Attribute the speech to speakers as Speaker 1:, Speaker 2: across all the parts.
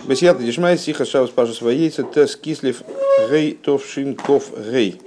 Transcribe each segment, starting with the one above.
Speaker 1: Бесията дешмай сиха шаус паша своейца тес кислив гей товшинков гей.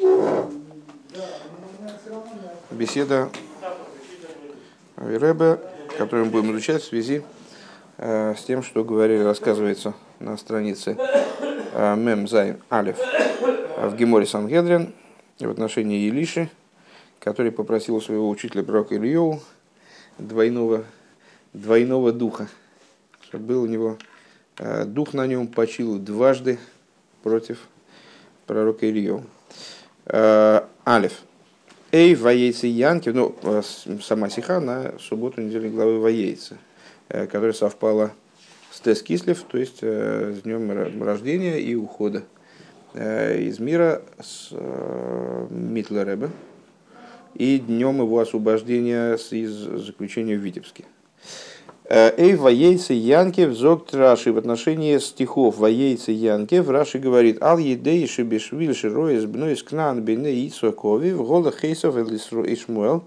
Speaker 1: Беседа Рэбе, которую мы будем изучать в связи с тем, что рассказывается на странице Мем Зайн Алеф в Геморе Сангедрин в отношении Илиши, который попросил у своего учителя пророка Ильеву двойного духа, чтобы был у него дух на нем почил дважды против пророка Ильеву. Алеф. Эй, воейцы Янки, сама сиха на субботу недельной главы воейцы, которая совпала с Тес Кислев, то есть с днем рождения и ухода из мира с Митла Ребе и днем его освобождения из заключения в Витебске. Эй, воейцы Янкев, зогт Раши в отношении стихов воейцы Янкев, Раши говорит: Ал едей шибешвиль широис бнойс кнан бейне Ицхакови в голых хейсов Ишмуэл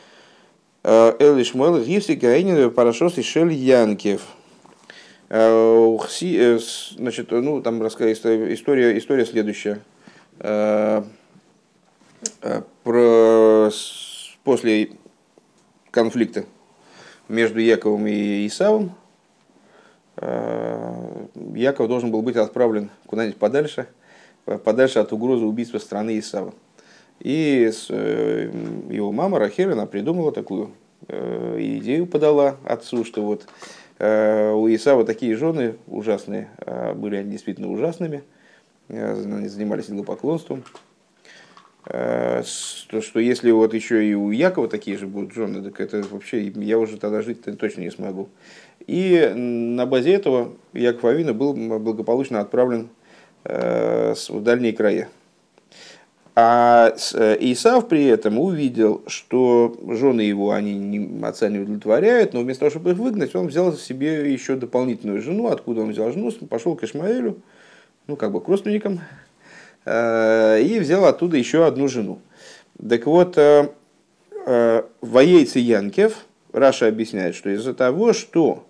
Speaker 1: гивси гаинин парашос и шель Янкев. Значит, там рассказывается история следующая. После конфликта между Яковом и Исавом Яков должен был быть отправлен куда-нибудь подальше от угрозы убийства страны Исава. И его мама Рахель, она придумала такую идею, подала отцу, что вот у Исава такие жены ужасные, были они действительно ужасными, они занимались идолопоклонством, что если вот еще и у Якова такие же будут жены, так это вообще я уже тогда жить точно не смогу. И на базе этого Яков Авину был благополучно отправлен в дальние края. А Исав при этом увидел, что жены его отца не удовлетворяют, но вместо того, чтобы их выгнать, он взял себе еще дополнительную жену. Откуда он взял жену? Пошел к Ишмаэлю, к родственникам, и взял оттуда еще одну жену. Так вот, воейцы Янкев, Раша объясняет, что из-за того, что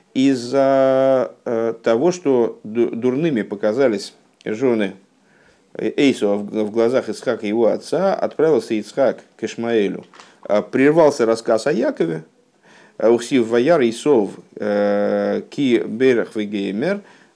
Speaker 1: дурными показались жены Эйсова в глазах Ицхака, его отца, отправился Ицхак к Ишмаэлю. Прервался рассказ о Якове, Ухсив Ваяр Исов Ки Берах Вегеймер.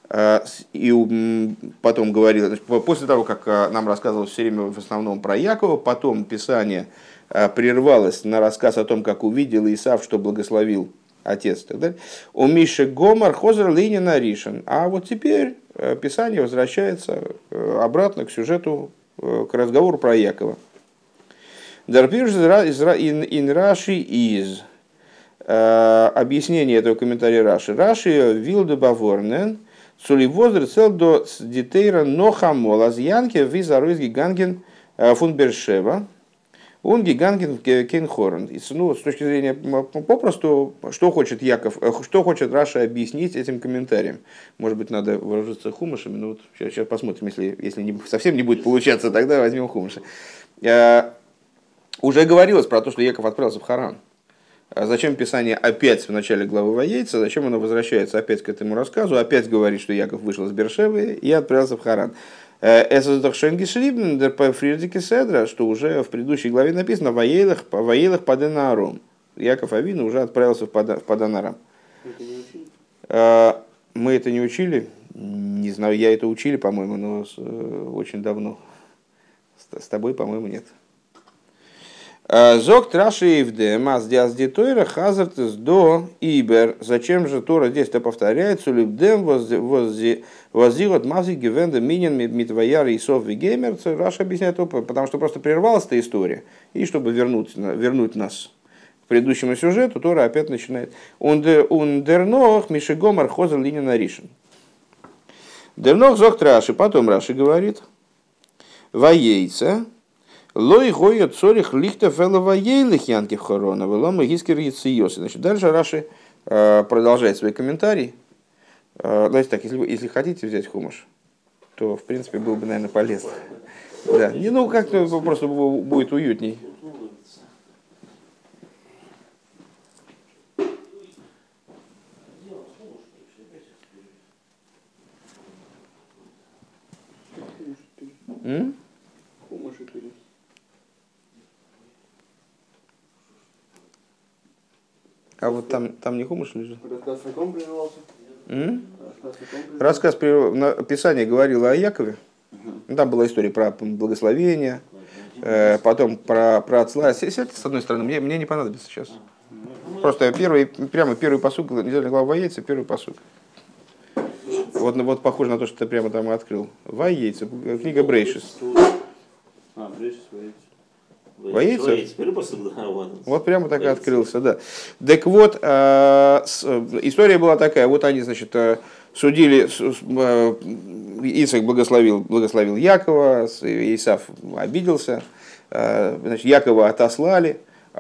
Speaker 1: И потом говорил, после того, как нам рассказывалось все время в основном про Якова, потом Писание прервалось на рассказ о том, как увидел Исав, что благословил отец. И так далее. У Миши Гомар Хозер Лейнина Ришен. А вот теперь Писание возвращается обратно к сюжету, к разговору про Якова. Дарпирж ин Раши из. Объяснение этого комментария Раши. Раши вилде баворнен. Цуливозер цел до детейра нохамол аз янке визаруиз гиганген фун Бершева. Он гиганген Кенхорн. С точки зрения попросту, что хочет Яков, что хочет Раша объяснить этим комментарием. Может быть, надо выражаться хумашами, но вот сейчас посмотрим, если совсем не будет получаться, тогда возьмем хумаши. Уже говорилось про то, что Яков отправился в Харан. Зачем Писание опять в начале главы Ваейца, зачем оно возвращается опять к этому рассказу, опять говорит, что Яков вышел из Бершевы и отправился в Харан. Что уже в предыдущей главе написано «Ваейлах паден Аарон». Яков Авину уже отправился в Падан Арам. Мы это не учили? Не знаю, я это учили, по-моему, но очень давно. С тобой, по-моему, нет. Зок Траши Ивдем, Аздиазди Тойра, Хазартес до Ибер. Зачем же Тора здесь-то повторяется? Любдем воззирот мази гивенда минин митваяр Исов Вигеймер. Раша объясняет, потому что просто прервалась эта история. И чтобы вернуть нас к предыдущему сюжету, Тора опять начинает. Ундернох Мишигомар Хозер Линина Ришин. Дернох Зок Траши. Потом Раши говорит. Воейца. Лой гоя цорих лихта фелова ейлих янкив хорона, велома гискер яциосы. Значит, дальше Раши продолжает свой комментарий. Давайте так, если хотите взять хумаш, то в принципе было бы, наверное, полезно. Да. Как-то просто будет уютней. М? А вот там не хумыш лежит?
Speaker 2: Рассказ о ком прививался?
Speaker 1: Рассказ Писание говорило о Якове. Ну, там была история про благословение, потом про отцла. Сядьте с одной стороны, мне не понадобится сейчас. Просто первый пасук, недельная глава Ваейца, первый пасук. Вот похоже на то, что ты прямо там открыл. Ваейца, книга Брейшис.
Speaker 2: Брейшис,
Speaker 1: Ваейца?
Speaker 2: да,
Speaker 1: Вот прямо так и открылся, да. Так вот, история была такая. Вот они, значит, судили, Исаак благословил Якова, Исав обиделся, значит, Якова отослали.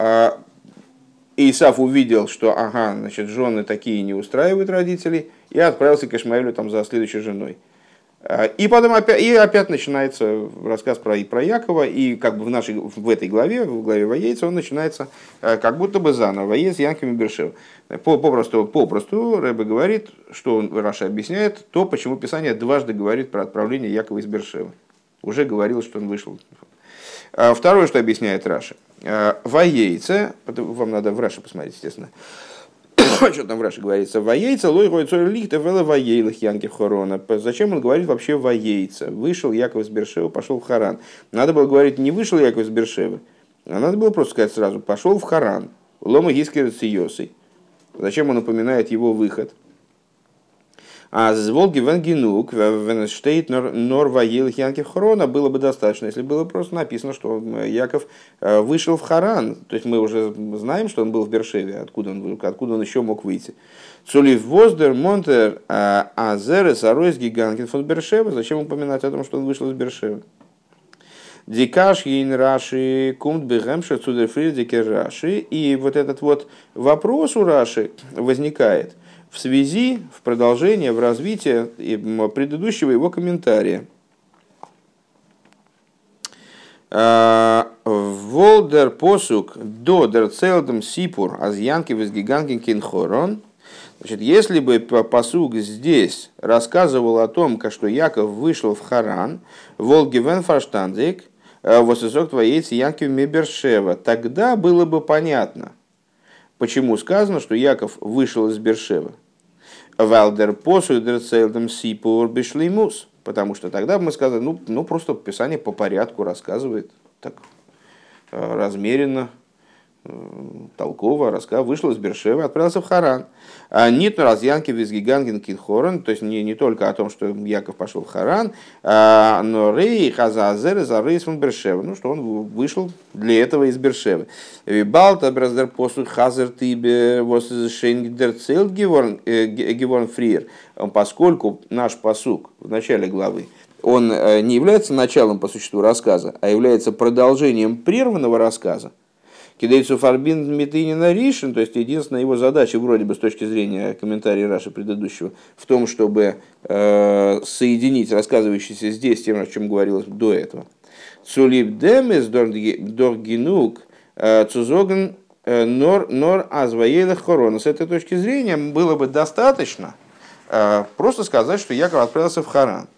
Speaker 1: Исав увидел, что, значит, жены такие не устраивают родителей, и отправился к Ишмаэлю там за следующей женой. И потом опять начинается рассказ про Якова, и как бы в этой главе, в главе Ваейца, он начинается как будто бы заново. Ваейц Янками Бершев. Попросту Рэбе говорит, что Раша объясняет то, почему Писание дважды говорит про отправление Якова из Бершева. Уже говорил, что он вышел. Второе, что объясняет Раша. Ваейца, вам надо в Раше посмотреть, естественно. Что там в Раше говорится? Ваейца, лой гойцой лихта вела ваейлах Янки Хорона. Зачем он говорит вообще ваейца? Вышел Яков из Бершева, пошел в Харан. Надо было говорить, не вышел Яков из Бершева, а надо было просто сказать сразу, пошел в Харан. Лома гискер циосой. Зачем он упоминает его выход? А с Волги Венгенук, Венштейт, Нор Ваейлах Янки Хорона было бы достаточно, если было просто написано, что Яков вышел в Харан. То есть мы уже знаем, что он был в Бершеве, откуда он еще мог выйти. Цулив Воздер, Монтер, Азерес, Аройс, Гиганкин фон Бершева. Зачем упоминать о том, что он вышел из Бершевы? Дикаш ейн Раши, кумт бегемша цудерфрид дикер Раши. И вот этот вот вопрос у Раши возникает в связи, в продолжение, в развитие предыдущего его комментария. Волдер посук додер целдем сипур азьянки визгиганкин кинхорон. Значит, если бы посук здесь рассказывал о том, что Яков вышел в Харан, Волгивен фарштандик, восысок твоейцы Янкив Мебершева, тогда было бы понятно, почему сказано, что Яков вышел из Бершевы. Валдер посудер целдем сипур бишлеймус. Потому что тогда бы мы сказали, ну просто Писание по порядку рассказывает, так размеренно, толково, вышел из Бершевы, отправился в Харан. Нит на разъянке визгиганген кинхорон, то есть не только о том, что Яков пошел в Харан, но рей хазазер за рейс фон Бершевы, ну что он вышел для этого из Бершевы. Балта браздер посу хазер тибе восшенгдер цел геворн фриер, поскольку наш пасук в начале главы он не является началом по существу рассказа, а является продолжением прерванного рассказа. Кидейцу фарбин митынина ришен, то есть единственная его задача, вроде бы с точки зрения комментария Раши предыдущего, в том, чтобы соединить рассказывающийся здесь с тем, о чем говорилось до этого. Цулип демес доргинук цузоген нор азваелых хорона. С этой точки зрения было бы достаточно просто сказать, что Яков отправился в Харан.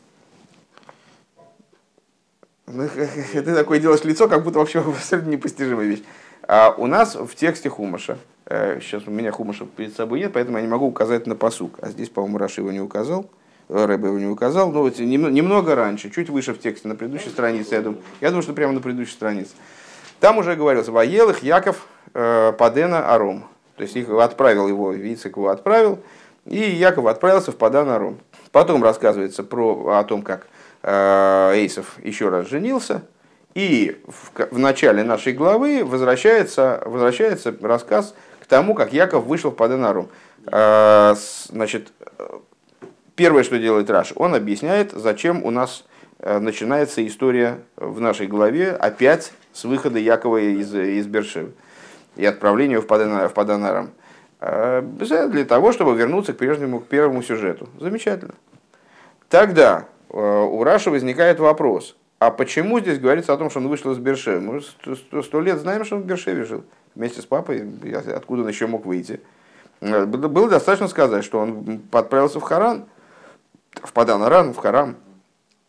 Speaker 1: Ты такое делаешь лицо, как будто вообще абсолютно непостижимая вещь. А у нас в тексте Хумаша, сейчас у меня Хумаша перед собой нет, поэтому я не могу указать на пасук. А здесь, по-моему, Раши его не указал, Рэбе его не указал. Но вот немного раньше, чуть выше в тексте, на предыдущей странице, я думаю, что прямо на предыдущей странице. Там уже говорилось, «Ваелых Яков Падена Аром». То есть их отправил его, Ицхак его отправил, и Яков отправился в Падан Аром. Потом рассказывается о том, как Эйсов еще раз женился. И в начале нашей главы возвращается рассказ к тому, как Яков вышел в Падан Аром. Значит, первое, что делает Раши, он объясняет, зачем у нас начинается история в нашей главе опять с выхода Якова из Бершевы и отправления в Падан Арам. Для того, чтобы вернуться к первому сюжету. Замечательно. Тогда у Раши возникает вопрос, а почему здесь говорится о том, что он вышел из Бершевы? Мы 100 лет знаем, что он в Бершеве жил вместе с папой, откуда он еще мог выйти. Было достаточно сказать, что он отправился в Харан, в Падан Арам, в Харан.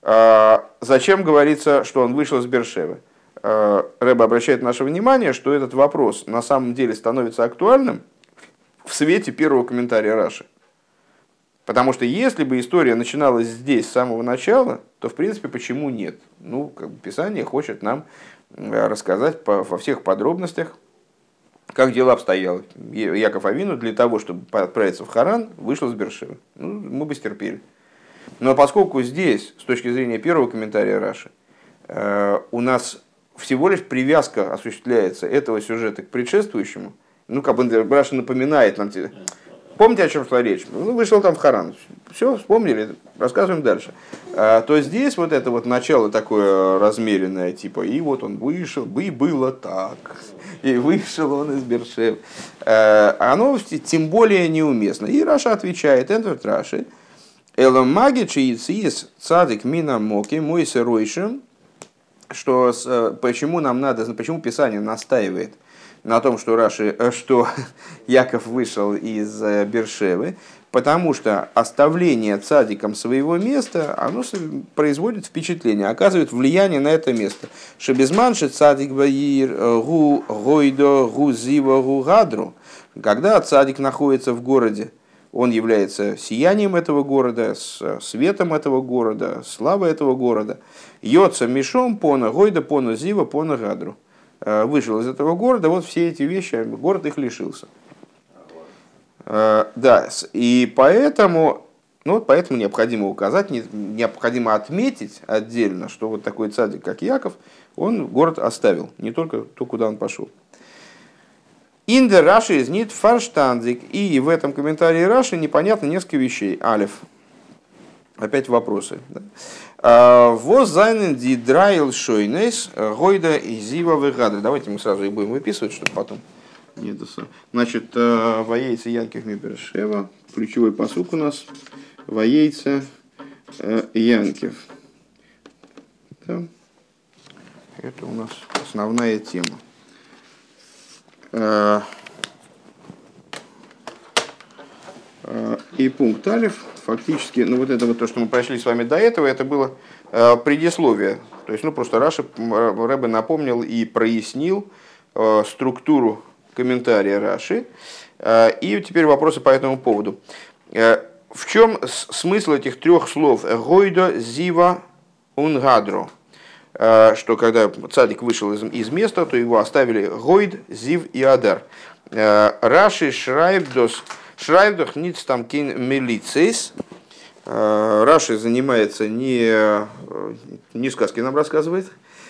Speaker 1: Зачем говорится, что он вышел из Бершевы? Рэбе обращает наше внимание, что этот вопрос на самом деле становится актуальным в свете первого комментария Раши. Потому что если бы история начиналась здесь с самого начала, то в принципе почему нет? Ну, как бы Писание хочет нам рассказать во всех подробностях, как дело обстояло. Яков Авину для того, чтобы отправиться в Харан, вышел из Бершевы. Ну, мы бы стерпели. Но поскольку здесь, с точки зрения первого комментария Раши, у нас всего лишь привязка осуществляется этого сюжета к предшествующему, ну, как бы Раши напоминает нам, помните, о чем шла речь? Ну, вышел там в Харан, все, вспомнили, рассказываем дальше. То здесь вот это вот начало такое размеренное, типа, и вот он вышел, и было так, и вышел он из Бершевы. Оно тем более неуместно. И Раша отвечает, Энтверт Раши, Эломаги чиицис цадик мина моки мой сыройшим, что почему нам надо, почему Писание настаивает на том, что Яков вышел из Бершевы, потому что оставление цадиком своего места, оно производит впечатление, оказывает влияние на это место. Шебезманши цадик баир гу гойдо гу зива гу гадру. Когда цадик находится в городе, он является сиянием этого города, светом этого города, славой этого города. Йоца мишом пона гойда пона зива пона гадру. Вышел из этого города, вот все эти вещи, город их лишился. Да, и поэтому необходимо указать, необходимо отметить отдельно, что вот такой цадик, как Яков, он город оставил, не только то, куда он пошел. Инде Раши из нит фарштандик. И в этом комментарии Раши непонятно несколько вещей. Алиф. Опять вопросы. Воз зайнен ди драил шойнес гойда и зива вегады. Давайте мы сразу и будем выписывать, чтобы потом. Значит, воейца Янкев Мибершева. Ключевой пасук у нас. Воейца Янкев. Это у нас основная тема. И пункт алиф, фактически, ну вот это вот то, что мы прошли с вами до этого, это было предисловие. То есть, ну просто Рэбе напомнил и прояснил структуру комментария Раши. И теперь вопросы по этому поводу. В чем смысл этих трех слов «гойдо», «зива», «унгадро»? Что когда цадик вышел из места, то его оставили Гойд, Зив и Адар. Раши шрайбдох ниц там кин милицейс. Раши занимается не сказки нам рассказывает,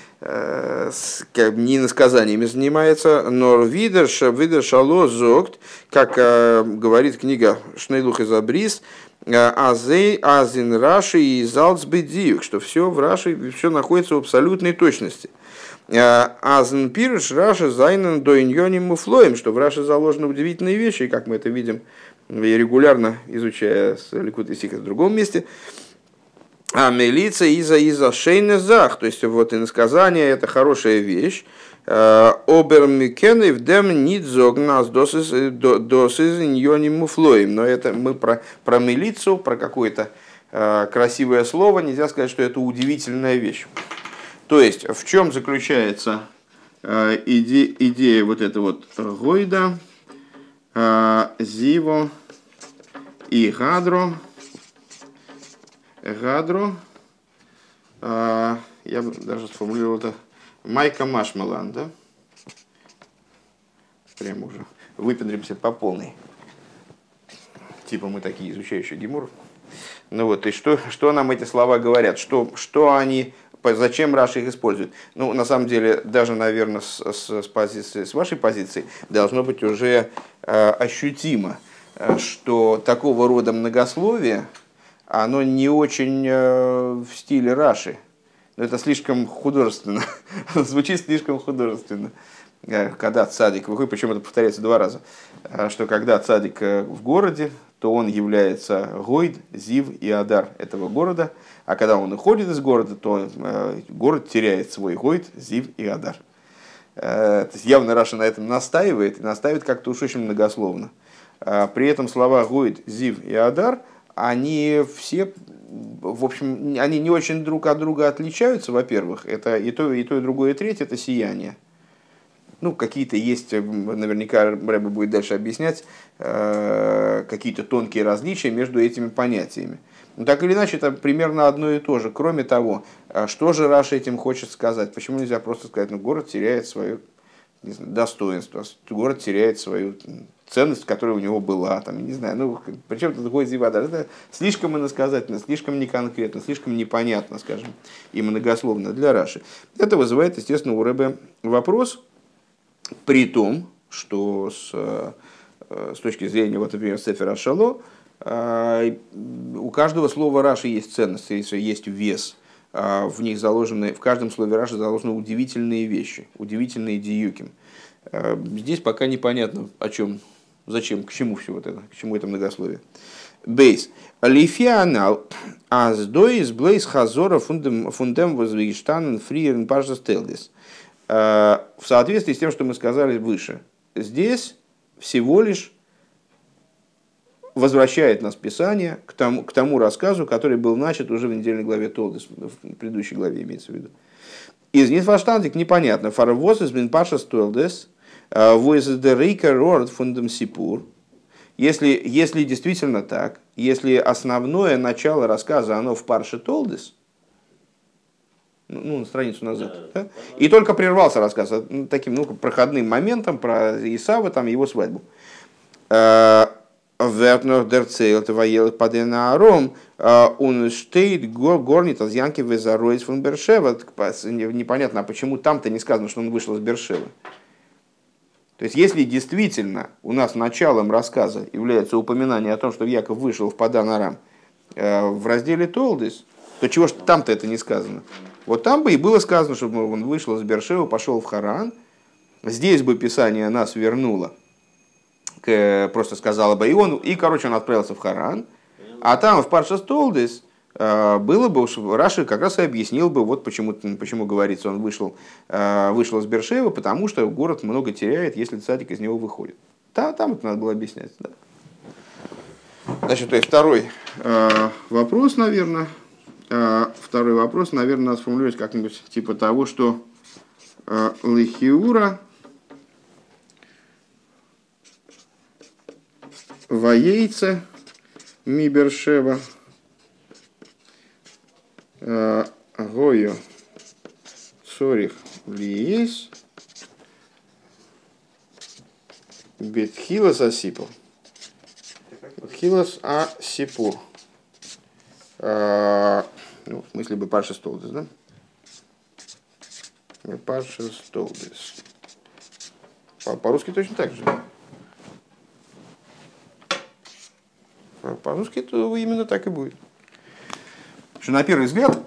Speaker 1: не насказаниями занимается, но видер шало зогт, как говорит книга Шнейлух из Абрис, азин Раши и Залцбедиюк, что все в Раши, все находится в абсолютной точности. Азин пируш Раши зайнен до иньоним муфлоем, что в Раши заложены удивительные вещи, как мы это видим регулярно, изучая Ликут и Сикх в другом месте. А милиция из-за шейнезах, то есть вот иносказание это хорошая вещь. Обермикены в дем нидзог нас досыз иньоним муфлоем. Но это мы про милицию, про какое-то красивое слово, нельзя сказать, что это удивительная вещь. То есть в чем заключается идея вот эта вот гойда, зиво и гадро. Я даже сформулировал это Майка Машмалан, да? Прямо уже выпендримся по полной. Типа мы такие изучающие гемур. Ну вот, и что нам эти слова говорят? Что они, зачем Раши их использует? Ну, на самом деле, даже, наверное, с вашей позиции должно быть уже ощутимо, что такого рода многословие, оно не очень в стиле Раши. Но это слишком художественно. Звучит слишком художественно. Когда цадик выходит, причем это повторяется 2 раза, что когда цадик в городе, то он является Гойд, Зив и Адар этого города, а когда он уходит из города, то город теряет свой Гойд, Зив и Адар. То есть явно Раша на этом настаивает, и настаивает как-то уж очень многословно. При этом слова Гойд, Зив и Адар, они все в общем, они не очень друг от друга отличаются, во-первых. Это и то, и другое, и третье – это сияние. Ну, какие-то есть, наверняка Рэбе будет дальше объяснять, какие-то тонкие различия между этими понятиями. Но так или иначе, это примерно одно и то же. Кроме того, что же Раши этим хочет сказать? Почему нельзя просто сказать, ну, город теряет свое, не знаю, достоинство, город теряет свою ценность, которая у него была, там, не знаю, ну, причем это такое зивада, это слишком иносказательно, слишком неконкретно, слишком непонятно, скажем, и многословно для Раши. Это вызывает, естественно, у Рэбе вопрос, при том, что с точки зрения, вот, например, Сефер аш-Шало, у каждого слова Раши есть ценность, есть вес. В них заложены, в каждом слове Раши заложены удивительные вещи, удивительные диюким. Здесь пока непонятно, о чем, зачем, к чему все вот это, к чему это многословие. Бейс. Лифианал аздоис блейс хазора фундем возвиштанен фриерн пажас телдис. В соответствии с тем, что мы сказали выше, здесь всего лишь возвращает нас Писание к тому рассказу, который был начат уже в недельной главе Толдес, в предыдущей главе имеется в виду. Из нитфаштантик непонятно. Фарвоз из Минпаша Толдес, войс де рейка рорд фундам сипур. Если действительно так, если основное начало рассказа, оно в Парше Толдес, ну, на страницу назад, да? И только прервался рассказ таким, проходным моментом про Исава, там, его свадьбу. Вертнер дерцейлт воелых падена аром, он штейт горнит от Янки везароис фон Бершева. Непонятно, а почему там-то не сказано, что он вышел из Бершевы. То есть, если действительно у нас началом рассказа является упоминание о том, что Яков вышел в Падан Арам в разделе Толдис, то чего ж там-то это не сказано? Вот там бы и было сказано, чтобы он вышел из Бершевы, пошел в Харан. Здесь бы Писание нас вернуло, просто сказала бы, он отправился в Харан. А там, в Паршас Толдис, было бы, Раши как раз и объяснил бы, вот почему говорится, он вышел из Бершевы, потому что город много теряет, если цадик из него выходит. Там это надо было объяснять. Да. Значит, то есть второй вопрос, наверное, надо сформулировать как-нибудь типа того, что Лихиура Ваейце Мибершева Гойо Цорих Лиес Бетхилас Асипур. Бетхилас Асипур. В смысле бы Парша Столдис, да? Парша Столдис. По-русски точно так же. По-русски это именно так и будет. Что на первый взгляд,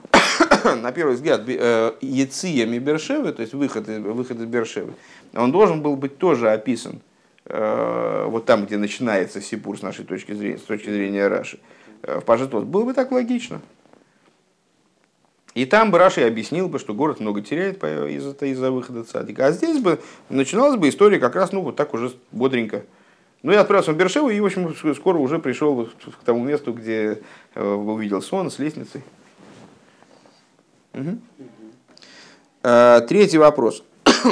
Speaker 1: Еция Мибершевы, то есть выход из Бершевы, он должен был быть тоже описан вот там, где начинается Сипур с нашей точки зрения, с точки зрения Раши. В Пажитот было бы так логично. И там бы Раши объяснил бы, что город много теряет из-за выхода цадика. А здесь бы начиналась бы история как раз, вот так уже бодренько. Ну и отправился в Бершеву, и, в общем, скоро уже пришел к тому месту, где увидел сон с лестницей. Угу. Третий вопрос.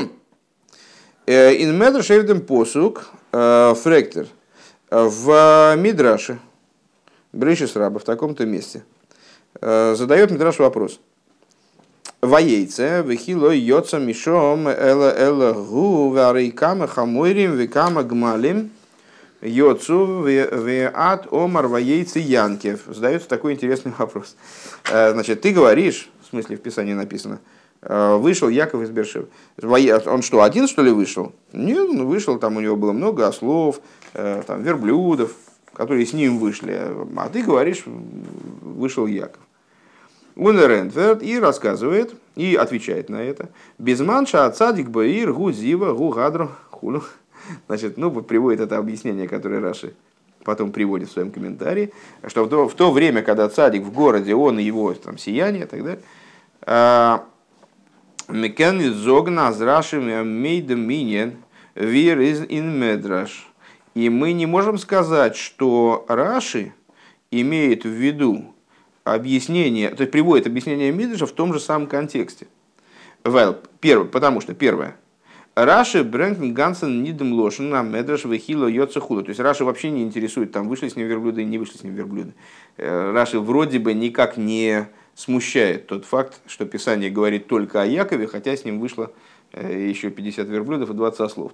Speaker 1: In Медраш Эвдем Посук Фректер в Мидраше Брейшис Раба в таком-то месте задает Мидраш вопрос. Ваейце вехило йоца мишом эла гу варейкама хамойрим векама гмалим йоцу веат омар ваейце янкев. Задается такой интересный вопрос. Значит, ты говоришь, в смысле в Писании написано, вышел Яков из Бершевы. Он что, один, что ли, вышел? Нет, он вышел, там у него было много ослов, там, верблюдов, которые с ним вышли. А ты говоришь, вышел Яков. Унерентверт и рассказывает, и отвечает на это. Безманша цадик баир гу зива гу гадру хулу. Значит, приводит это объяснение, которое Раши потом приводит в своем комментарии, что в то время, когда цадик в городе, он и его там сияние и так далее, Мекен зогна с Раши мейдем минен вир из ин медраш. И мы не можем сказать, что Раши имеет в виду объяснение, то есть приводит объяснение Мидраша в том же самом контексте. Потому что, первое, Раши брэнкн гансен нидем лошен на медраш вехило йоца хула. То есть Раши вообще не интересует, там вышли с ним верблюды и не вышли с ним верблюды. Раши вроде бы никак не смущает тот факт, что Писание говорит только о Якове, хотя с ним вышло еще 50 верблюдов и 20 ослов.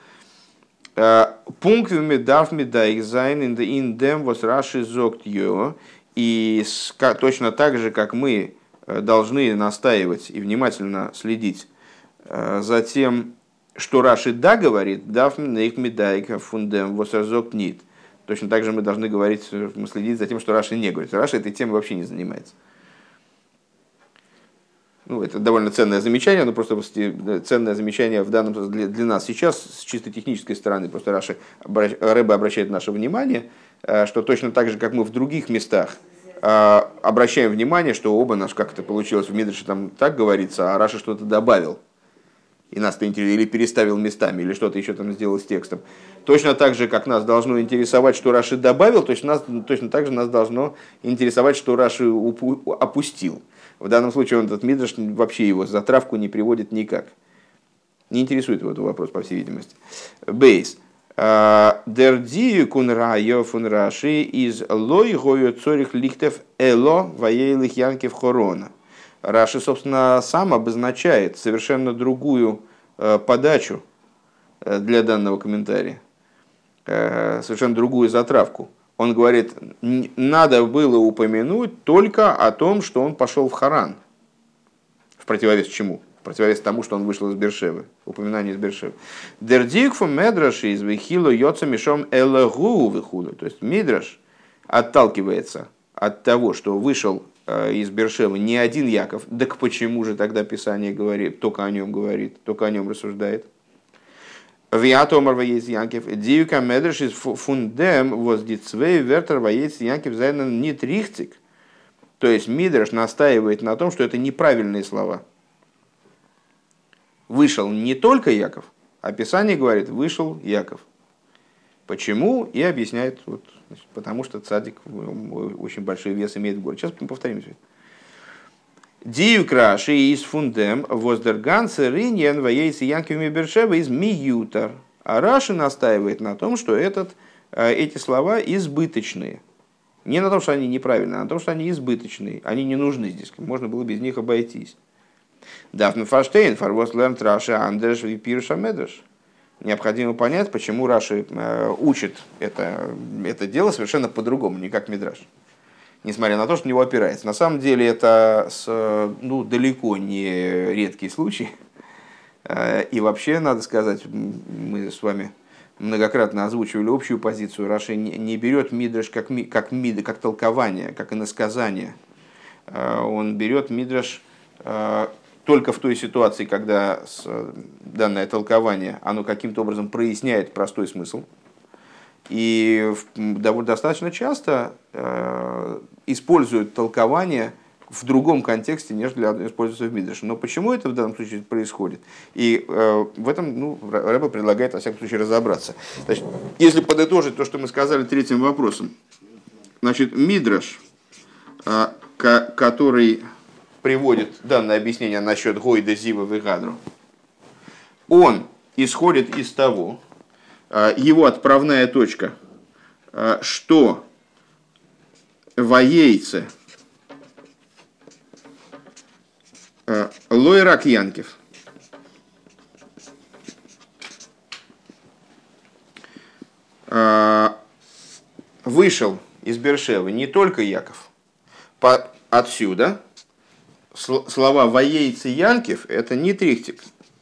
Speaker 1: Пункт дарф медаих зайн ин дем вос Раши зогт йо. И точно так же, как мы должны настаивать и внимательно следить за тем, что Раши да говорит, дарф медаих фундем вос зогт нит. Точно так же мы должны говорить, мы следить за тем, что Раши не говорит. Раши этой темой вообще не занимается. Ну, это довольно ценное замечание, но просто ценное замечание в данном для нас сейчас с чисто технической стороны. Просто Рэбе обращает наше внимание, что точно так же, как мы в других местах обращаем внимание, что оба наш, как это получилось в Мидраше, там так говорится, а Раши что-то добавил. И нас-то интересует, или переставил местами, или что-то еще там сделал с текстом. Точно так же, как нас должно интересовать, что Раши добавил, точно так же нас должно интересовать, что Раши опустил. В данном случае он, этот Мидраш, вообще его затравку не приводит никак. Не интересует его этот вопрос, по всей видимости. Бейс. Дердию кун райо фун Раши из лой гою цорих лихтев эло ваейлых янкев хорона. Раши, собственно, сам обозначает совершенно другую подачу для данного комментария, совершенно другую затравку. Он говорит, надо было упомянуть только о том, что он пошел в Харан. В противовес чему? В противовес тому, что он вышел из Бершевы. Упоминание из Бершевы. Дердикфу медраши из вихилу йоца мишом элагу вихулу. То есть Мидраш отталкивается от того, что вышел из Бершевы не один Яков. Так почему же тогда Писание говорит, только о нем говорит, только о нем рассуждает? Виатомар воец Янкев, диюка медреш из фундем воздицвей вертер воец Янкев зайнен нит рихцик. То есть Мидраш настаивает на том, что это неправильные слова. Вышел не только Яков, а Писание говорит, вышел Яков. Почему? И объясняет, вот, значит, потому что цадик очень большой вес имеет в городе. Сейчас мы повторим все. Дию краши из фундем воздерганцы риньен воейси янками бершева из миютар. А Раши настаивает на том, что эти слова избыточные. Не на том, что они неправильные, а на том, что они избыточные. Они не нужны здесь. Можно было без них обойтись. Дафн фаштейн фарвос лернт Раши андерш випируша медреш. Необходимо понять, почему Раши учит это дело совершенно по-другому, не как Мидраш. Несмотря на то, что на него опирается. На самом деле это далеко не редкий случай. И вообще, надо сказать, мы с вами многократно озвучивали общую позицию. Раши не берет Мидраш как толкование, как иносказание. Он берет Мидраш только в той ситуации, когда данное толкование оно каким-то образом проясняет простой смысл. И достаточно часто используют толкование в другом контексте, нежели используется в Мидраше. Но почему это в данном случае происходит? И в этом Рэбе предлагает, во всяком случае, разобраться. Значит, если подытожить то, что мы сказали третьим вопросом, значит, Мидраш, который приводит данное объяснение насчет Гойда, Зива, Вегадру, он исходит из того, его отправная точка, что воейцы Лойрак Янкев вышел из Бершевы не только Яков. Отсюда слова воейцы Янкев это не трихтик.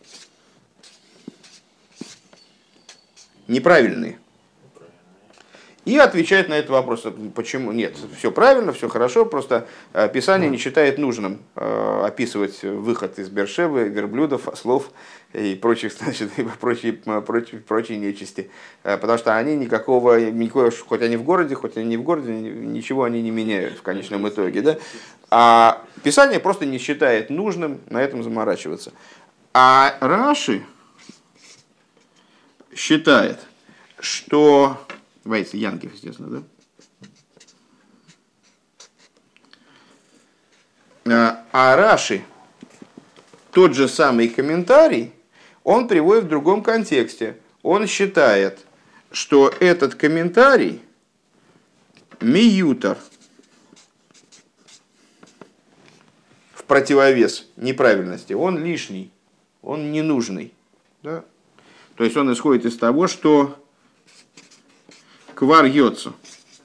Speaker 1: Неправильные. И отвечает на этот вопрос, почему нет, все правильно, все хорошо, просто Писание не считает нужным описывать выход из Бершевы, верблюдов, ослов и прочих, значит, прочей нечисти, потому что они никакого, хоть они в городе, хоть они не в городе, ничего они не меняют в конечном итоге, да? А Писание просто не считает нужным на этом заморачиваться. А Раши считает, что... Янкев, естественно, да? А Раши тот же самый комментарий он приводит в другом контексте. Он считает, что этот комментарий миютар, в противовес неправильности, он лишний, он ненужный. Да? То есть он исходит из того, что квар йоцу.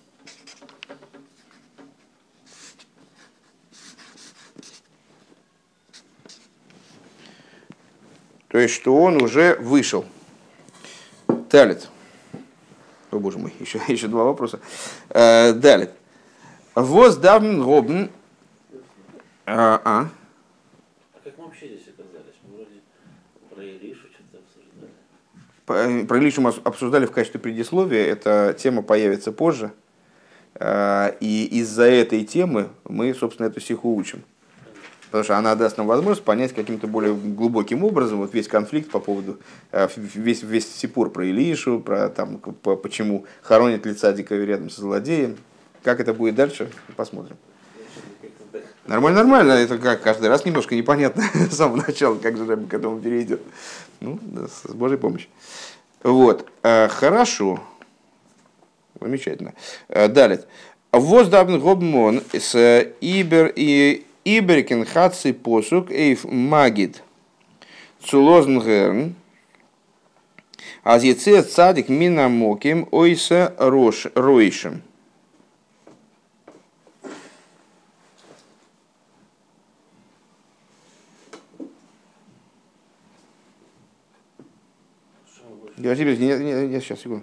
Speaker 1: То есть, что он уже вышел. Далит. О, боже мой, еще два вопроса. Далит. Воз давн робн.
Speaker 3: А как мы вообще здесь оказались? Мы вроде про Илишу что-то обсуждали.
Speaker 1: Про Илишу мы обсуждали в качестве предисловия. Эта тема появится позже. И из-за этой темы мы, собственно, эту сиху учим. Потому что она даст нам возможность понять каким-то более глубоким образом вот весь конфликт по поводу, весь сипур про Илишу, про там, почему хоронят ли цадика рядом со злодеем. Как это будет дальше, посмотрим. Нормально, это как каждый раз немножко непонятно с самого начала, как же Рэбби к этому перейдет. Ну, да, с Божьей помощью. Вот, хорошо. Замечательно. Далее. Воздабн гобмон с Иберкен хатси посук эйф магид цулознгерн аз яце цадик минамоким ойса ройшем. Я сейчас, секунду.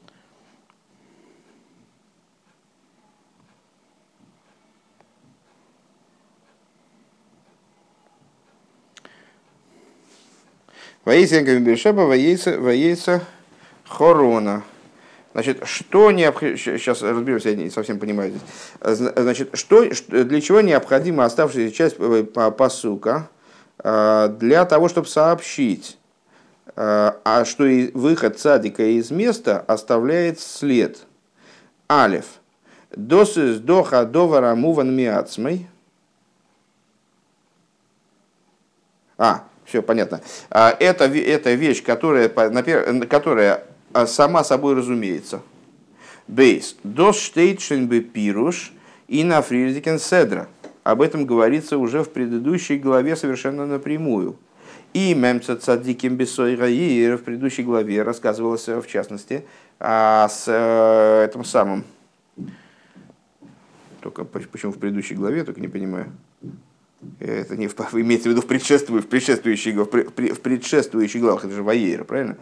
Speaker 1: Воейсенко Бершеба, воейца хорона. Значит, что необходимо... Сейчас разберемся, я не совсем понимаю здесь. Значит, для чего необходима оставшаяся часть пасука для того, чтобы сообщить, что выход цадика из места оставляет след. Алеф. Досыс доха довара муван миацмой. Все понятно. Это вещь, которая сама собой разумеется. Бейс. Дос штейтшен бы пируш и на фрирдикен седра. Об этом говорится уже в предыдущей главе совершенно напрямую. И мемца цадиким бессойгаир в предыдущей главе рассказывалось, в частности, с этим самым. Только почему в предыдущей главе, только не понимаю. Это не имеется в виду в предшествующих главах, это же Ваейра, правильно?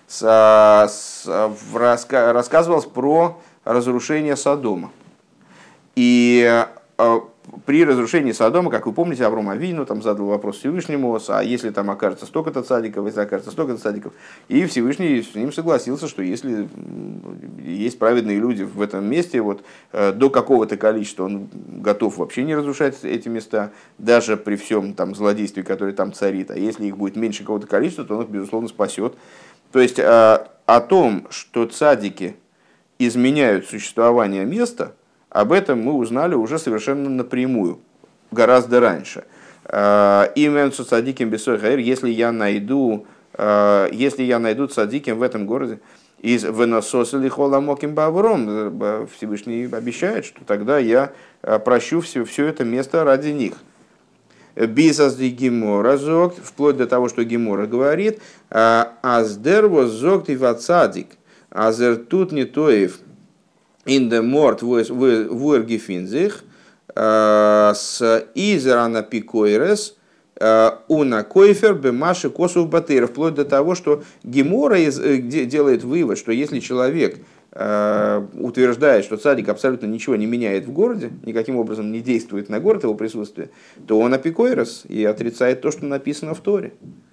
Speaker 1: Рассказывалось про разрушение Содома. И при разрушении Содома, как вы помните, Авром Авину там задал вопрос Всевышнему, а если там окажется столько-то цадиков, если окажется столько-то цадиков, и Всевышний с ним согласился, что если есть праведные люди в этом месте, вот, до какого-то количества он готов вообще не разрушать эти места, даже при всем там злодействе, которое там царит, а если их будет меньше какого-то количества, то он их, безусловно, спасет. То есть о том, что цадики изменяют существование места, об этом мы узнали уже совершенно напрямую, гораздо раньше. Именцу цадиким бесой хаир, если я найду цадиким в этом городе, из веносос или холамоким бавром, Всевышний обещает, что тогда я прощу все это место ради них. Бизазди Гемора зогт, вплоть до того, что Гемора говорит, аздер воз зогт и вацадик, азер тут не тоев, in the mort were gefinzich с израна пикойрес уна койфер бемаши косов батыра, вплоть до того, что Гемора делает вывод, что если человек утверждает, что цадик абсолютно ничего не меняет в городе, никаким образом не действует на город его присутствие, то он апикойрес и отрицает то, что написано в Торе.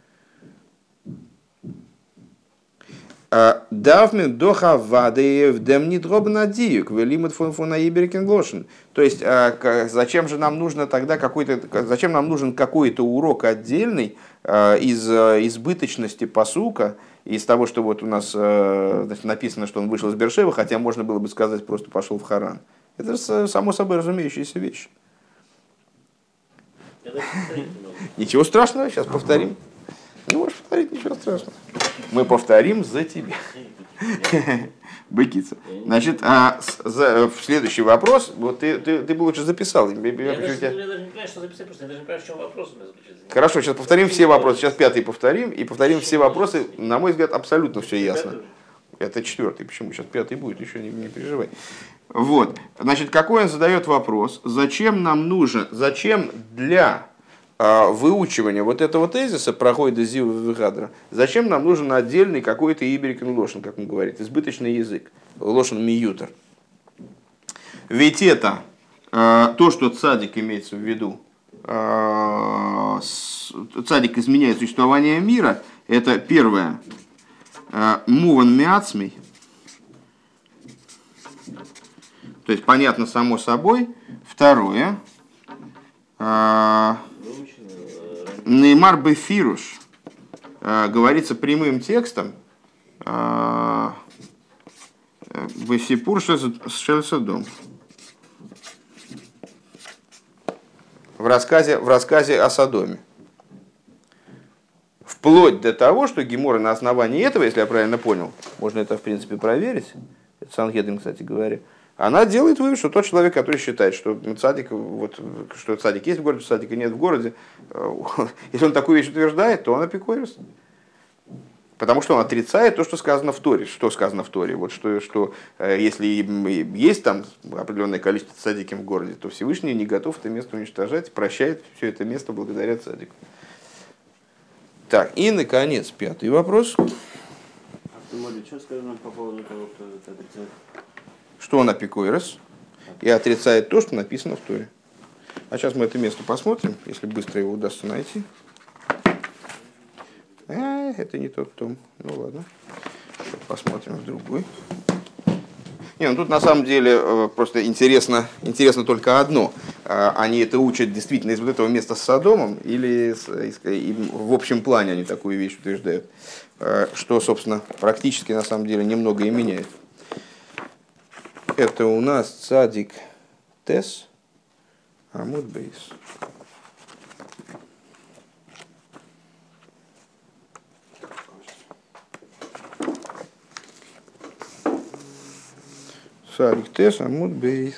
Speaker 1: Давмен доха вадеев демнит робнадиюк велимут фон аиберкен лошен. То есть, зачем же нам нужно тогда зачем нам нужен какой-то урок отдельный из избыточности пасука, из того, что вот у нас написано, что он вышел из Бершевы, хотя можно было бы сказать, просто пошел в Харан. Это само собой разумеющаяся вещь.
Speaker 3: Я даже повторить не могу.
Speaker 1: Ничего страшного, сейчас повторим. Не можешь повторить, ничего страшного. Мы повторим за тебя. Быкица. Значит, следующий вопрос. Вот ты бы лучше записал.
Speaker 3: Я даже не понимаю, что записать, просто я даже не понимаю, в чем вопрос у меня заключается.
Speaker 1: Хорошо, сейчас повторим все вопросы. Сейчас пятый повторим. И повторим все вопросы. На мой взгляд, абсолютно все ясно. Это четвертый. Почему? Сейчас пятый будет, еще не переживай. Вот. Значит, какой он задает вопрос? Зачем нам нужно, зачем для выучивания вот этого тезиса проходит из Зива Вихадра, зачем нам нужен отдельный какой-то иберикен лошен, как он говорит, избыточный язык, лошен миютер. Ведь это то, что цадик имеется в виду, цадик изменяет существование мира, это первое, муван миацмей, то есть понятно само собой. Второе, Неймар бефируш, говорится прямым текстом, бефипур шельсадом, в рассказе о Содоме. Вплоть до того, что Гемора на основании этого, если я правильно понял, можно это в принципе проверить, это Сангедрин, кстати говоря, она делает вывод, что тот человек, который считает, что цадик, что цадик есть в городе, цадика нет в городе, если он такую вещь утверждает, то он апикорис. Потому что он отрицает то, что сказано в Торе. Что сказано в Торе? Вот что если есть там определенное количество цадиким в городе, то Всевышний не готов это место уничтожать, прощает все это место благодаря цадику. Так, и, наконец, пятый вопрос.
Speaker 2: Что сказано по поводу того, кто это отрицает?
Speaker 1: Что он апикойрос и отрицает то, что написано в Торе. А сейчас мы это место посмотрим, если быстро его удастся найти. Это не тот том. Ну ладно. Посмотрим в другой. Ну тут на самом деле просто интересно только одно. Они это учат действительно из вот этого места с Содомом или в общем плане они такую вещь утверждают, что, собственно, практически на самом деле немного и меняет. Это у нас цадик тес амуд бейс. Цадик тес амуд бейс.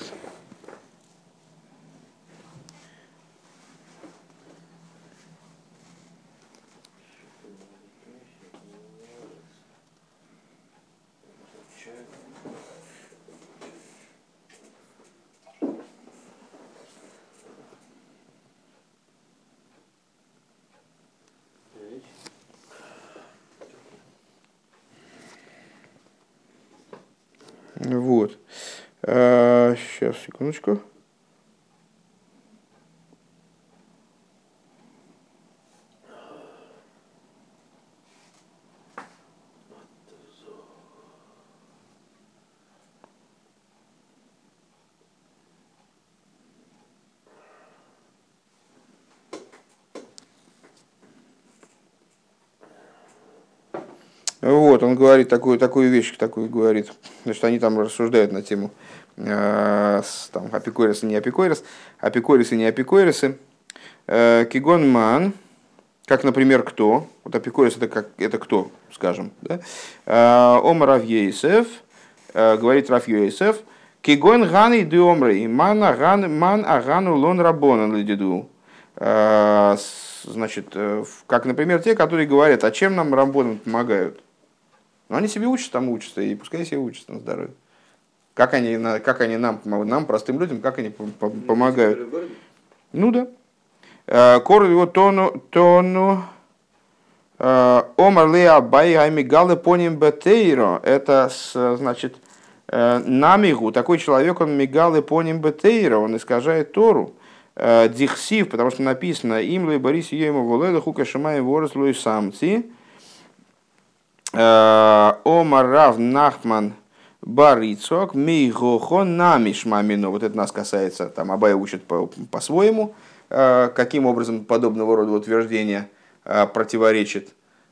Speaker 1: Вот. Сейчас, секундочку. Вот, он говорит такую вещь, такую говорит. Значит, они там рассуждают на тему апикорис и не апикорис, апикорисы и не апикорисы. Кигон ман, как, например, кто? Вот апикорис это кто, скажем. Да? Ом Рав Йосеф, говорит Рав Йосеф, кигон ганы ды омрей, ман агану лон рабонан лидиду. Значит, как, например, те, которые говорят, а чем нам рабонан помогают? Но они себе учатся, там учатся, и пускай себе учатся на здоровье. Как они нам помогают, нам, простым людям, как они помогают? Ну да. Кор его тону омар леа бай аймигалы поним бетейро. Это, значит, намигу. Такой человек, он мигалы поним бетейро, он искажает Тору. Дихсив, потому что написано им лей борис ему воледа хука шамай ворос лой самци. Омар Рав Нахман Барицок Мейгохон Намишмамино. Вот это нас касается, там Абай учит по-своему, каким образом подобного рода утверждения противоречит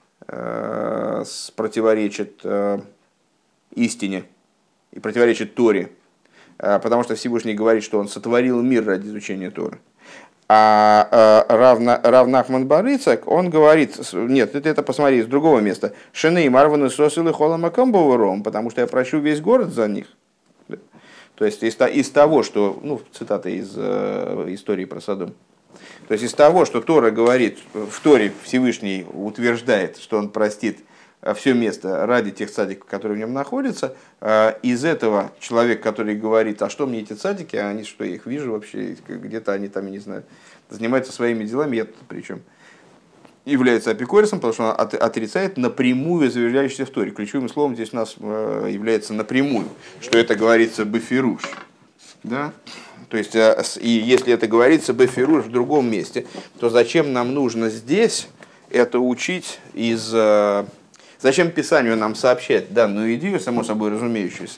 Speaker 1: истине и противоречит Торе. Потому что Всевышний говорит, что он сотворил мир ради изучения Торы. А Рав Нахман Барыцак, он говорит, нет, это посмотри с другого места. Шеней Марваны Сосилы Холамакамбовором, потому что я прощу весь город за них. То есть из того, что, ну, цитата из истории про Содом. То есть из того, что Тора говорит, в Торе Всевышний утверждает, что он простит все место ради тех цадиков, которые в нем находятся, из этого человек, который говорит, а что мне эти цадики, а они что, я их вижу вообще, где-то они там, я не знаю, занимаются своими делами, я причем является апикорисом, потому что он отрицает напрямую заявляющийся в Торе. Ключевым словом здесь у нас является напрямую, что это говорится бефируш. Да? То есть, и если это говорится бефируш в другом месте, то зачем нам нужно здесь это учить из... Зачем Писанию нам сообщать данную идею, само собой разумеющуюся,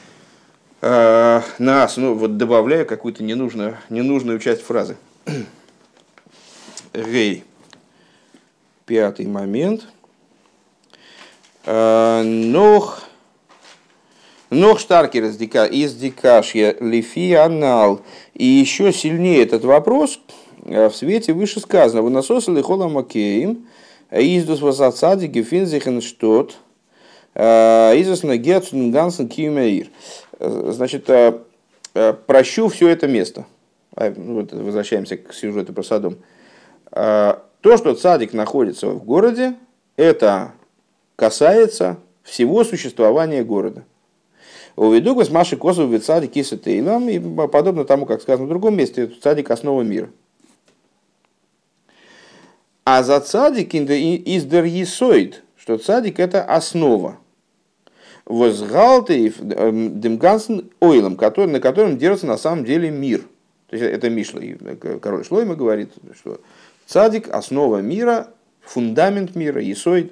Speaker 1: ну, вот добавляя какую-то ненужную часть фразы. Гей. Пятый момент. Нох штаркер из дикашья лифи анал. И еще сильнее этот вопрос в свете вышесказанного. Насос или холам макеем. Издус васацади гефинзихен штот. Издус на гетсун гансен кимеир. Значит, прощу все это место. Вот возвращаемся к сюжету про Содом. То, что цадик находится в городе, это касается всего существования города. Уведу с Машей Косов в цадик и сатейном, и подобно тому, как сказано в другом месте, цадик основа мира. А за цадик издер есоид, что цадик это основа. Возгалты демгансен ойлом, на котором держится на самом деле мир. То есть это Мишла, король Шлойма говорит, что цадик основа мира, фундамент мира, есоид.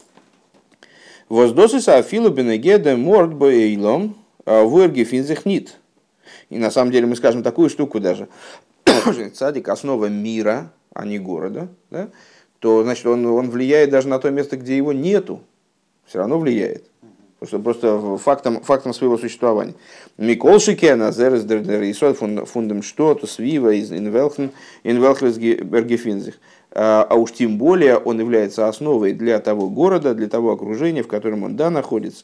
Speaker 1: Воздосиса афилу бенегеда морд боейлом вырги финзехнит. И на самом деле мы скажем такую штуку даже. Цадик основа мира, а не города, да? То значит он влияет даже на то место, где его нету. Все равно влияет. Потому что просто фактом своего существования. Микол Шикена, Зерес Дердерисот, фундам что, то свива из инвелхлес бергефинзих. А уж тем более он является основой для того города, для того окружения, в котором он находится.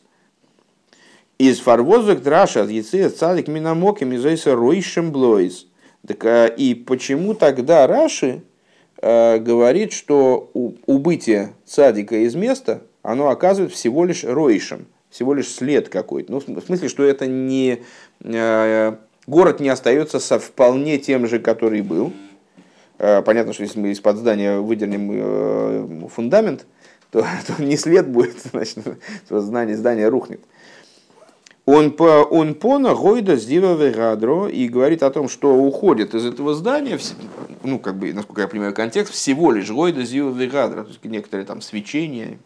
Speaker 1: Из фарвозок драша яйце цадик минамок и мизойса ройшем блойс. И почему тогда Раши говорит, что убытие цадика из места, оно оказывает всего лишь ройшем, всего лишь след какой-то. Ну, в смысле, что это не... Город не остается вполне тем же, который был. Понятно, что если мы из-под здания выдернем фундамент, то не след будет, значит, здание рухнет. Он пона гойда сдиваве гадро и говорит о том, что уходит из этого здания, ну, как бы, насколько я понимаю контекст, всего лишь гойда сдиваве гадро, то есть некоторые там свечения,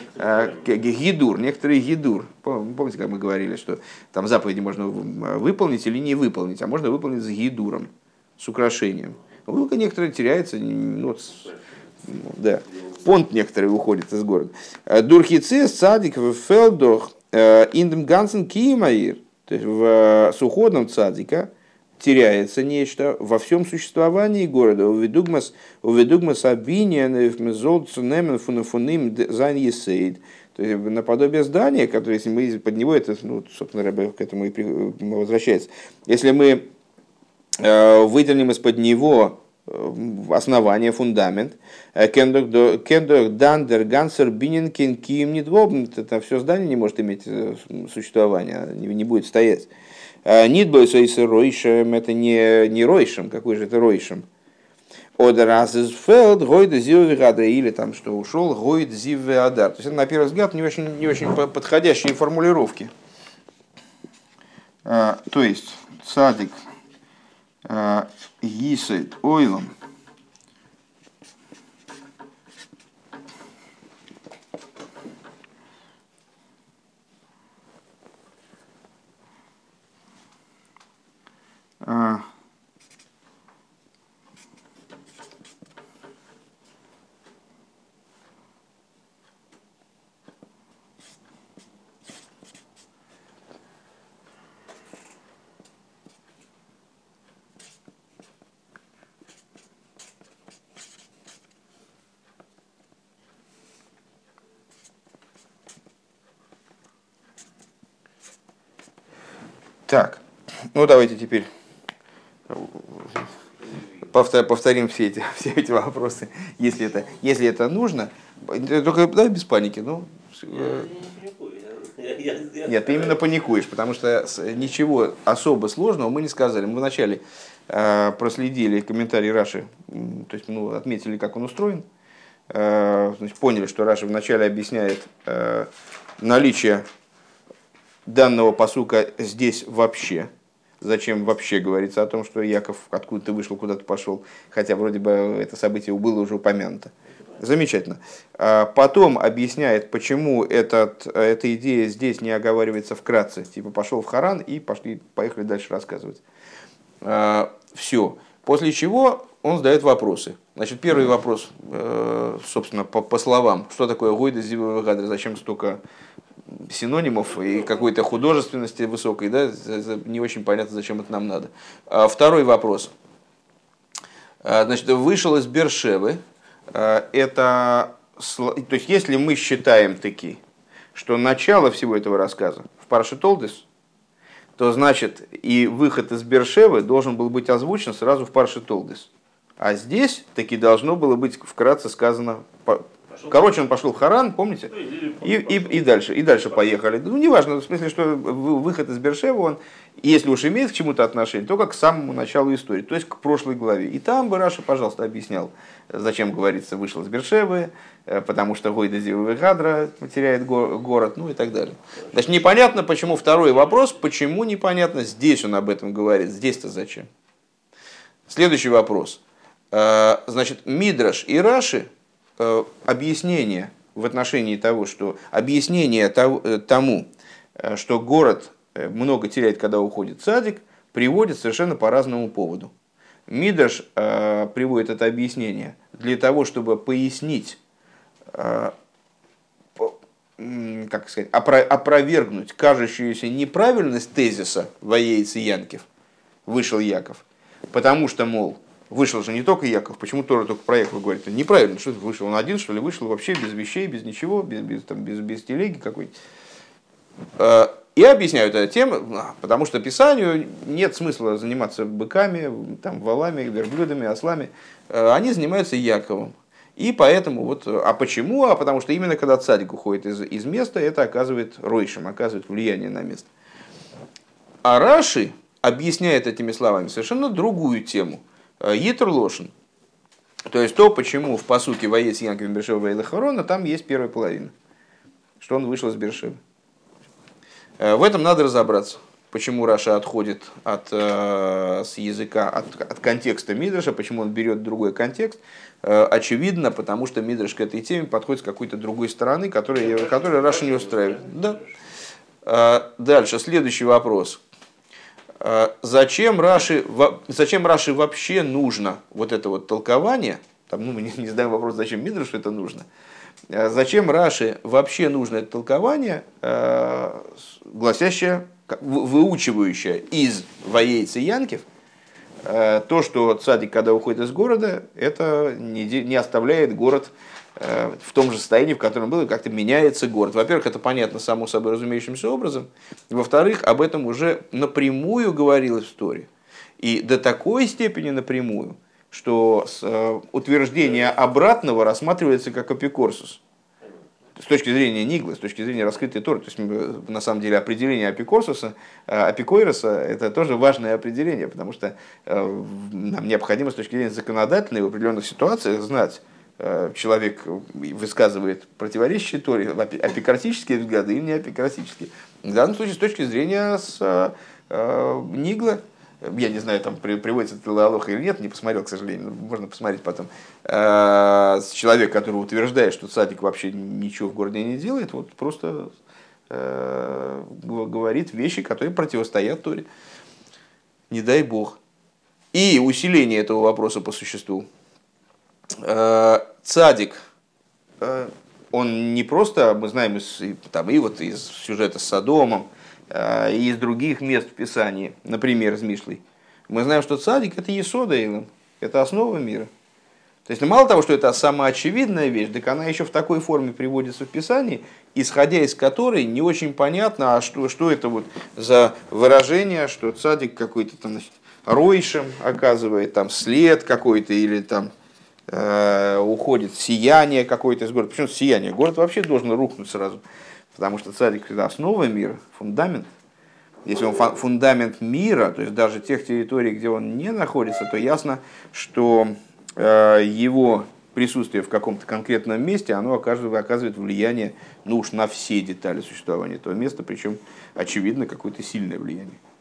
Speaker 1: гидур, некоторые гидур. Помните, как мы говорили, что там заповеди можно выполнить или не выполнить, а можно выполнить с гидуром, с украшением. Некоторые теряются, ну, да, понт некоторые уходят из города. Дурхице садик в фелдох индем гансен киимаир, то есть в с уходом цадика теряется нечто во всем существовании города. Уведугмас обвинен в золцунемен фунафуним зайн есейд. То есть наподобие здания, которое, если мы под него, это, ну, собственно, к этому и возвращается. Если мы выдернем из-под него основание, фундамент, кендок дандер гансер биненкин киим недвобнт, это все здание не может иметь существования, не будет стоять. Нидбойсойса ройшем, это не ройшем, какой же это ройшем? Одер азфелд гойд зиввеадар, или там что ушел гойд зиввеадар. То есть это на первый взгляд не очень подходящие формулировки. То есть цадик Гисейд ойлом Так, ну давайте теперь повторим все эти вопросы, если это нужно. Только да, без паники. Ну,
Speaker 3: Я не паникую.
Speaker 1: нет, ты именно паникуешь, потому что ничего особо сложного мы не сказали. Мы вначале проследили комментарий Раши, то есть отметили, как он устроен. Значит, поняли, что Раши вначале объясняет наличие данного пасука здесь вообще. Зачем вообще говорится о том, что Яков откуда-то вышел, куда-то пошел, хотя вроде бы это событие было уже упомянуто. Замечательно. Потом объясняет, почему эта идея здесь не оговаривается вкратце. Типа пошел в Харан и поехали дальше рассказывать. Все. После чего он задает вопросы. Значит, первый вопрос, собственно, по словам. Что такое гойда зивовый гадр? Зачем столько синонимов и какой-то художественности высокой? Да? Не очень понятно, зачем это нам надо. Второй вопрос. Значит, вышел из Бершевы. То есть, если мы считаем таки, что начало всего этого рассказа в Парше Толдес, то значит и выход из Бершевы должен был быть озвучен сразу в Парше Толдес. А здесь таки должно было быть вкратце сказано. Короче, он пошел в Харан, помните? И дальше поехали. Ну, неважно, в смысле, что выход из Бершевы, он, если уж имеет к чему-то отношение, только к самому началу истории, то есть к прошлой главе. И там бы Раша, пожалуйста, объяснял, зачем, говорится, вышел из Бершевы, потому что гойда зивовый гадра теряет город, ну и так далее. Значит, непонятно, почему второй вопрос, почему непонятно, здесь он об этом говорит, здесь-то зачем? Следующий вопрос. Значит, Мидраш и Раши, объяснение в отношении того, что объяснение тому, что город много теряет, когда уходит цадик, приводит совершенно по разному поводу. Мидраш приводит это объяснение для того, чтобы пояснить, как сказать, опровергнуть кажущуюся неправильность тезиса «Ваейц и Янкев», вышел Яков, потому что, мол, вышел же не только Яков, почему Тора только про Якова говорит? Это неправильно, что вышел он один, что ли, вышел вообще без вещей, без ничего, без телеги какой-то. И объясняют это тем, потому что Писанию нет смысла заниматься быками, валами, верблюдами, ослами. Они занимаются Яковом. И поэтому, а почему? А потому что именно когда цадик уходит из места, это оказывает ройшем, оказывает влияние на место. А Раши объясняет этими словами совершенно другую тему. Йитр лошен. То есть то, почему в пасуке «Ваец Янкев Бершева Ваэлэ Харона» там есть первая половина. Что он вышел из Бершевы. В этом надо разобраться. Почему Раша отходит с языка, от контекста Мидраша, почему он берет другой контекст. Очевидно, потому что Мидраш к этой теме подходит с какой-то другой стороны, которая Раша не устраивает. Да. Дальше, следующий вопрос. Зачем Раши вообще нужно вот это вот толкование? Мы не задаем вопрос, зачем Мидрашу это нужно. Зачем Раши вообще нужно это толкование, гласящее, выучивающее из Ваейц и Янкев, то, что цадик, когда уходит из города, это не оставляет город в том же состоянии, в котором был, и как-то меняется город. Во-первых, это понятно само собой разумеющимся образом. Во-вторых, об этом уже напрямую говорилось в Торе. И до такой степени напрямую, что утверждение обратного рассматривается как апикорсус. С точки зрения Ниглы, с точки зрения раскрытой Торы. То есть, на самом деле, определение апикорсуса, апикойроса, это тоже важное определение, потому что нам необходимо с точки зрения законодательной в определенных ситуациях знать, человек высказывает противоречащие Торе, апикратические взгляды или не апикратические. В данном случае, с точки зрения Нигла, я не знаю, там приводится это Лалоха или нет, не посмотрел, к сожалению, можно посмотреть потом. Человек, который утверждает, что цадик вообще ничего в городе не делает, просто говорит вещи, которые противостоят Торе. Не дай бог. И усиление этого вопроса по существу. Цадик, он не просто, мы знаем из сюжета с Содомом, и из других мест в Писании, например, из Мишлей, мы знаем, что цадик — это есод эйлом, это основа мира. То есть мало того, что это самоочевидная вещь, так она еще в такой форме приводится в Писании, исходя из которой не очень понятно, а что это вот за выражение, что цадик какой-то там, значит, ройшем оказывает, там след какой-то или там уходит сияние какое-то из города. Почему сияние? Город вообще должен рухнуть сразу, потому что цадик это основа мира, фундамент. Если он фундамент мира, то есть даже тех территорий, где он не находится, то ясно, что его присутствие в каком-то конкретном месте, оно оказывает влияние, ну уж на все детали существования этого места, причем очевидно какое-то сильное влияние.